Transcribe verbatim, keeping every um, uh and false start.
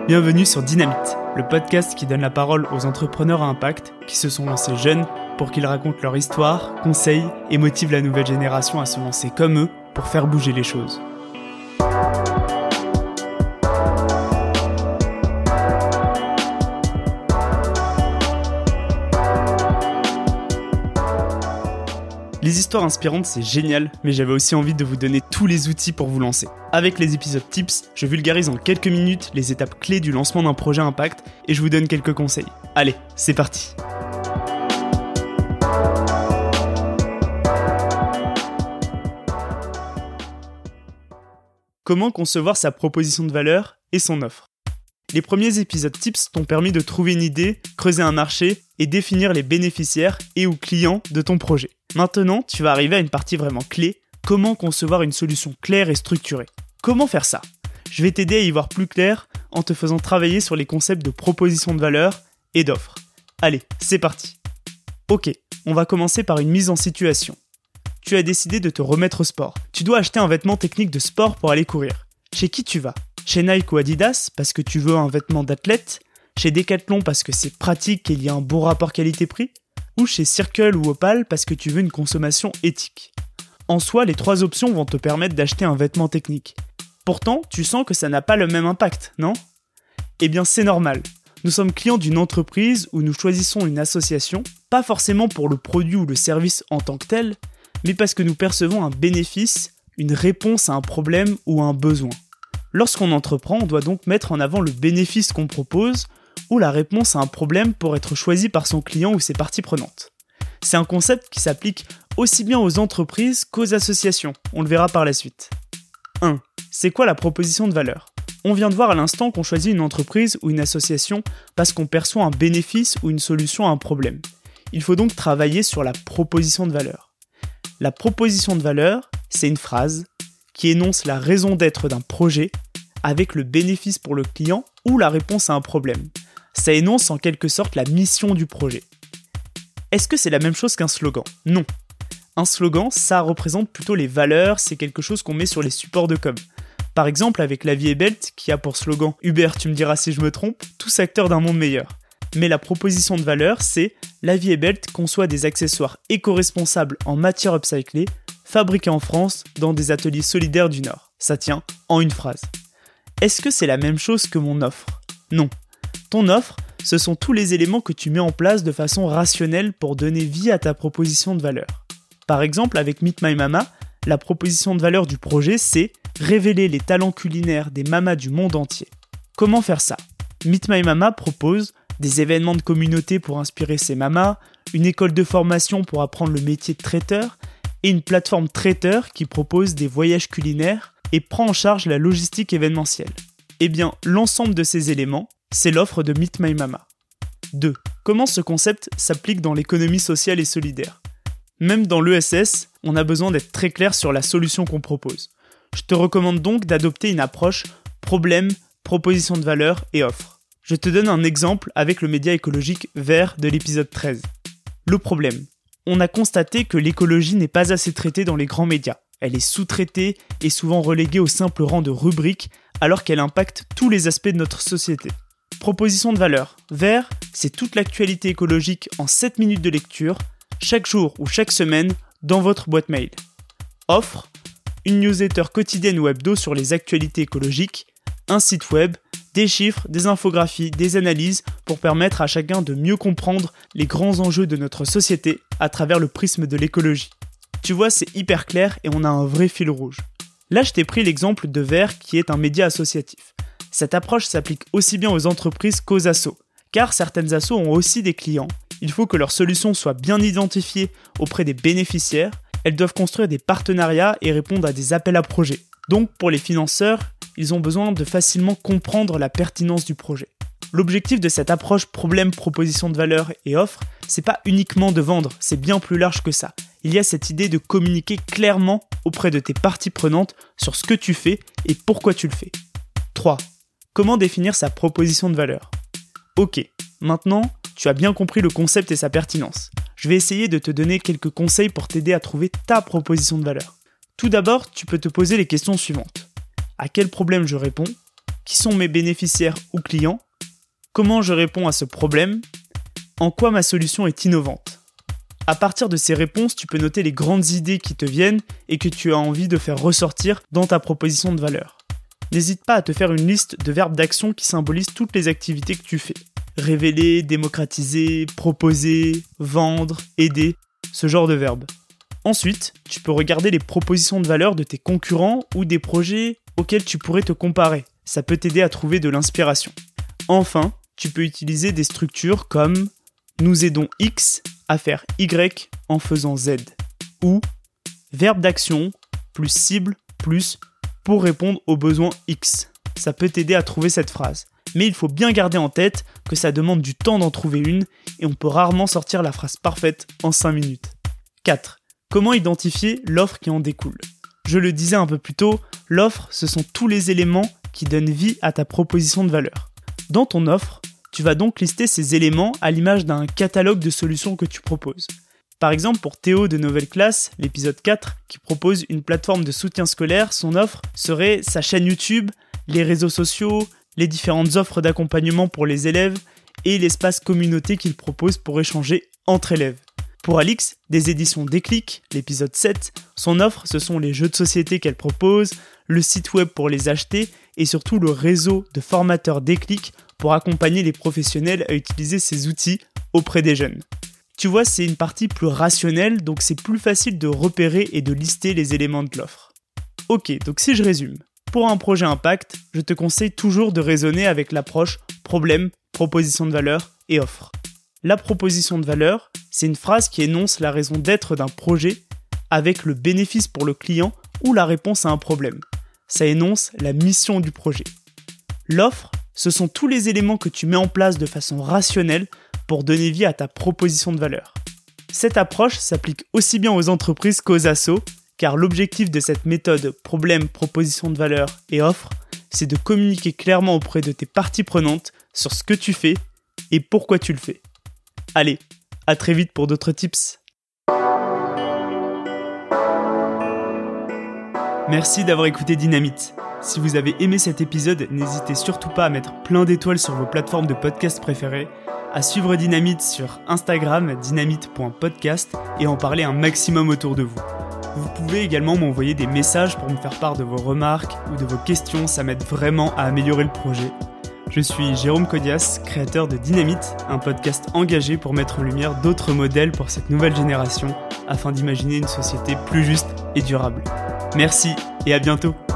Bienvenue sur Dynamite, le podcast qui donne la parole aux entrepreneurs à impact qui se sont lancés jeunes pour qu'ils racontent leur histoire, conseillent et motivent la nouvelle génération à se lancer comme eux pour faire bouger les choses. Les histoires inspirantes, c'est génial, mais j'avais aussi envie de vous donner tous les outils pour vous lancer. Avec les épisodes tips, je vulgarise en quelques minutes les étapes clés du lancement d'un projet impact et je vous donne quelques conseils. Allez, c'est parti! Comment concevoir sa proposition de valeur et son offre? Les premiers épisodes tips t'ont permis de trouver une idée, creuser un marché et définir les bénéficiaires et ou clients de ton projet. Maintenant, tu vas arriver à une partie vraiment clé, comment concevoir une solution claire et structurée. Comment faire ça? Je vais t'aider à y voir plus clair en te faisant travailler sur les concepts de proposition de valeur et d'offre. Allez, c'est parti. Ok, on va commencer par une mise en situation. Tu as décidé de te remettre au sport. Tu dois acheter un vêtement technique de sport pour aller courir. Chez qui tu vas? Chez Nike ou Adidas parce que tu veux un vêtement d'athlète? Chez Decathlon parce que c'est pratique et il y a un bon rapport qualité-prix? Ou chez Circle ou Opal parce que tu veux une consommation éthique? En soi, les trois options vont te permettre d'acheter un vêtement technique. Pourtant, tu sens que ça n'a pas le même impact, non? Eh bien, c'est normal. Nous sommes clients d'une entreprise où nous choisissons une association, pas forcément pour le produit ou le service en tant que tel, mais parce que nous percevons un bénéfice, une réponse à un problème ou à un besoin. Lorsqu'on entreprend, on doit donc mettre en avant le bénéfice qu'on propose ou la réponse à un problème pour être choisi par son client ou ses parties prenantes. C'est un concept qui s'applique aussi bien aux entreprises qu'aux associations, on le verra par la suite. un. C'est quoi la proposition de valeur? On vient de voir à l'instant qu'on choisit une entreprise ou une association parce qu'on perçoit un bénéfice ou une solution à un problème. Il faut donc travailler sur la proposition de valeur. La proposition de valeur, c'est une phrase qui énonce la raison d'être d'un projet avec le bénéfice pour le client ou la réponse à un problème. Ça énonce en quelque sorte la mission du projet. Est-ce que c'est la même chose qu'un slogan? Non. Un slogan, ça représente plutôt les valeurs, c'est quelque chose qu'on met sur les supports de com. Par exemple avec La Vie est belle, qui a pour slogan « Hubert, tu me diras si je me trompe, tous acteurs d'un monde meilleur ». Mais la proposition de valeur, c'est « La Vie est belle conçoit des accessoires éco-responsables en matière upcyclée, fabriqués en France dans des ateliers solidaires du Nord ». Ça tient en une phrase. Est-ce que c'est la même chose que mon offre? Non. Ton offre, ce sont tous les éléments que tu mets en place de façon rationnelle pour donner vie à ta proposition de valeur. Par exemple, avec Meet My Mama, la proposition de valeur du projet, c'est révéler les talents culinaires des mamas du monde entier. Comment faire ça? Meet My Mama propose des événements de communauté pour inspirer ses mamas, une école de formation pour apprendre le métier de traiteur et une plateforme traiteur qui propose des voyages culinaires et prend en charge la logistique événementielle. Eh bien, l'ensemble de ces éléments, c'est l'offre de Meet My Mama. deux. Comment ce concept s'applique dans l'économie sociale et solidaire? Même dans l'E S S, on a besoin d'être très clair sur la solution qu'on propose. Je te recommande donc d'adopter une approche problème, proposition de valeur et offre. Je te donne un exemple avec le média écologique Vert de l'épisode treize. Le problème. On a constaté que l'écologie n'est pas assez traitée dans les grands médias. Elle est sous-traitée et souvent reléguée au simple rang de rubrique alors qu'elle impacte tous les aspects de notre société. Proposition de valeur. Vert, c'est toute l'actualité écologique en sept minutes de lecture, chaque jour ou chaque semaine, dans votre boîte mail. Offre, une newsletter quotidienne ou hebdo sur les actualités écologiques, un site web, des chiffres, des infographies, des analyses pour permettre à chacun de mieux comprendre les grands enjeux de notre société à travers le prisme de l'écologie. Tu vois, c'est hyper clair et on a un vrai fil rouge. Là, je t'ai pris l'exemple de Vert qui est un média associatif. Cette approche s'applique aussi bien aux entreprises qu'aux assos, car certaines assos ont aussi des clients. Il faut que leurs solutions soient bien identifiées auprès des bénéficiaires, elles doivent construire des partenariats et répondre à des appels à projets. Donc pour les financeurs, ils ont besoin de facilement comprendre la pertinence du projet. L'objectif de cette approche problème, proposition de valeur et offre, c'est pas uniquement de vendre, c'est bien plus large que ça. Il y a cette idée de communiquer clairement auprès de tes parties prenantes sur ce que tu fais et pourquoi tu le fais. trois. Comment définir sa proposition de valeur? Ok, maintenant, tu as bien compris le concept et sa pertinence. Je vais essayer de te donner quelques conseils pour t'aider à trouver ta proposition de valeur. Tout d'abord, tu peux te poser les questions suivantes. À quel problème je réponds? Qui sont mes bénéficiaires ou clients? Comment je réponds à ce problème? En quoi ma solution est innovante? À partir de ces réponses, tu peux noter les grandes idées qui te viennent et que tu as envie de faire ressortir dans ta proposition de valeur. N'hésite pas à te faire une liste de verbes d'action qui symbolisent toutes les activités que tu fais. Révéler, démocratiser, proposer, vendre, aider, ce genre de verbes. Ensuite, tu peux regarder les propositions de valeur de tes concurrents ou des projets auxquels tu pourrais te comparer. Ça peut t'aider à trouver de l'inspiration. Enfin, tu peux utiliser des structures comme « Nous aidons X à faire Y en faisant Z » ou « Verbe d'action plus cible plus pour répondre aux besoins X ». Ça peut t'aider à trouver cette phrase. Mais il faut bien garder en tête que ça demande du temps d'en trouver une et on peut rarement sortir la phrase parfaite en cinq minutes. quatre. Comment identifier l'offre qui en découle? Je le disais un peu plus tôt, l'offre, ce sont tous les éléments qui donnent vie à ta proposition de valeur. Dans ton offre, tu vas donc lister ces éléments à l'image d'un catalogue de solutions que tu proposes. Par exemple, pour Théo de Nouvelle Classe, l'épisode quatre, qui propose une plateforme de soutien scolaire, son offre serait sa chaîne YouTube, les réseaux sociaux, les différentes offres d'accompagnement pour les élèves et l'espace communauté qu'il propose pour échanger entre élèves. Pour Alix, des éditions Déclic, l'épisode sept, son offre, ce sont les jeux de société qu'elle propose, le site web pour les acheter et surtout le réseau de formateurs Déclic pour accompagner les professionnels à utiliser ces outils auprès des jeunes. Tu vois, c'est une partie plus rationnelle, donc c'est plus facile de repérer et de lister les éléments de l'offre. Ok, donc si je résume. Pour un projet impact, je te conseille toujours de raisonner avec l'approche problème, proposition de valeur et offre. La proposition de valeur, c'est une phrase qui énonce la raison d'être d'un projet avec le bénéfice pour le client ou la réponse à un problème. Ça énonce la mission du projet. L'offre, ce sont tous les éléments que tu mets en place de façon rationnelle pour donner vie à ta proposition de valeur. Cette approche s'applique aussi bien aux entreprises qu'aux assos, car l'objectif de cette méthode problème, proposition de valeur et offre, c'est de communiquer clairement auprès de tes parties prenantes sur ce que tu fais et pourquoi tu le fais. Allez, à très vite pour d'autres tips. Merci d'avoir écouté Dynamite. Si vous avez aimé cet épisode, n'hésitez surtout pas à mettre plein d'étoiles sur vos plateformes de podcast préférées, à suivre Dynamite sur Instagram, dynamite point podcast, et en parler un maximum autour de vous. Vous pouvez également m'envoyer des messages pour me faire part de vos remarques ou de vos questions, ça m'aide vraiment à améliorer le projet. Je suis Jérôme Codias, créateur de Dynamite, un podcast engagé pour mettre en lumière d'autres modèles pour cette nouvelle génération afin d'imaginer une société plus juste et durable. Merci et à bientôt.